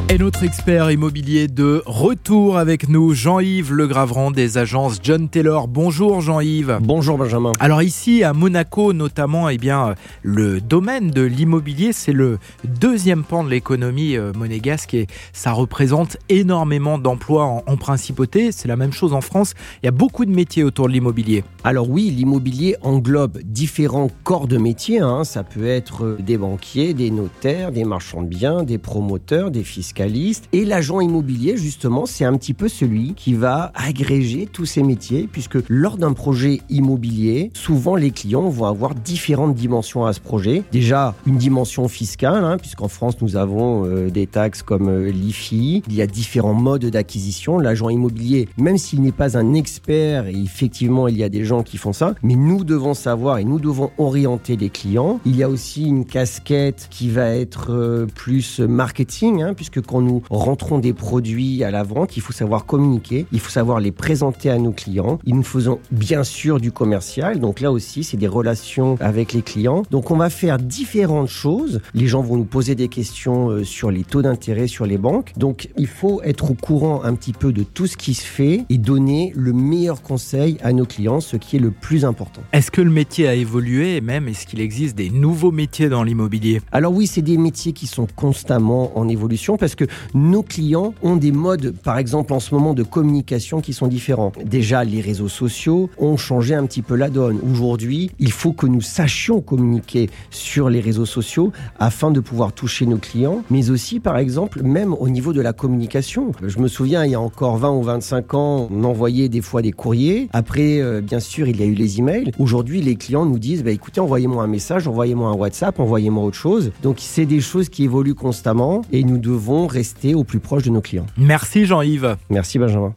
Et notre expert immobilier de retour avec nous, Jean-Yves Legravran des agences John Taylor. Bonjour Jean-Yves. Bonjour Benjamin. Alors ici à Monaco notamment, le domaine de l'immobilier, c'est le deuxième pan de l'économie monégasque et ça représente énormément d'emplois en principauté. C'est la même chose en France. Il y a beaucoup de métiers autour de l'immobilier. Alors oui, l'immobilier englobe différents corps de métiers. Ça peut être des banquiers, des notaires, des marchands de biens, des promoteurs, des fiscalistes. Et l'agent immobilier, justement, c'est un petit peu celui qui va agréger tous ces métiers, puisque lors d'un projet immobilier, souvent les clients vont avoir différentes dimensions à ce projet. Déjà, une dimension fiscale, puisqu'en France, nous avons des taxes comme l'IFI. Il y a différents modes d'acquisition. L'agent immobilier, même s'il n'est pas un expert, et effectivement, il y a des gens qui font ça, mais nous devons savoir et nous devons orienter les clients. Il y a aussi une casquette qui va être plus marketing, puisque quand nous rentrons des produits à la vente, il faut savoir communiquer, il faut savoir les présenter à nos clients. Et nous faisons bien sûr du commercial, donc là aussi c'est des relations avec les clients. Donc on va faire différentes choses. Les gens vont nous poser des questions sur les taux d'intérêt sur les banques. Donc il faut être au courant un petit peu de tout ce qui se fait et donner le meilleur conseil à nos clients, ce qui est le plus important. Est-ce que le métier a évolué et même est-ce qu'il existe des nouveaux métiers dans l'immobilier ? Alors oui, c'est des métiers qui sont constamment en évolution parce que nos clients ont des modes, par exemple en ce moment, de communication qui sont différents. Déjà, les réseaux sociaux ont changé un petit peu la donne. Aujourd'hui, il faut que nous sachions communiquer sur les réseaux sociaux afin de pouvoir toucher nos clients, mais aussi, par exemple, même au niveau de la communication. Je me souviens, il y a encore 20 ou 25 ans, on envoyait des fois des courriers. Après, bien sûr, il y a eu les emails. Aujourd'hui, les clients nous disent, écoutez, envoyez-moi un message, envoyez-moi un WhatsApp, envoyez-moi autre chose. Donc, c'est des choses qui évoluent constamment et nous devons rester au plus proche de nos clients. Merci Jean-Yves. Merci Benjamin.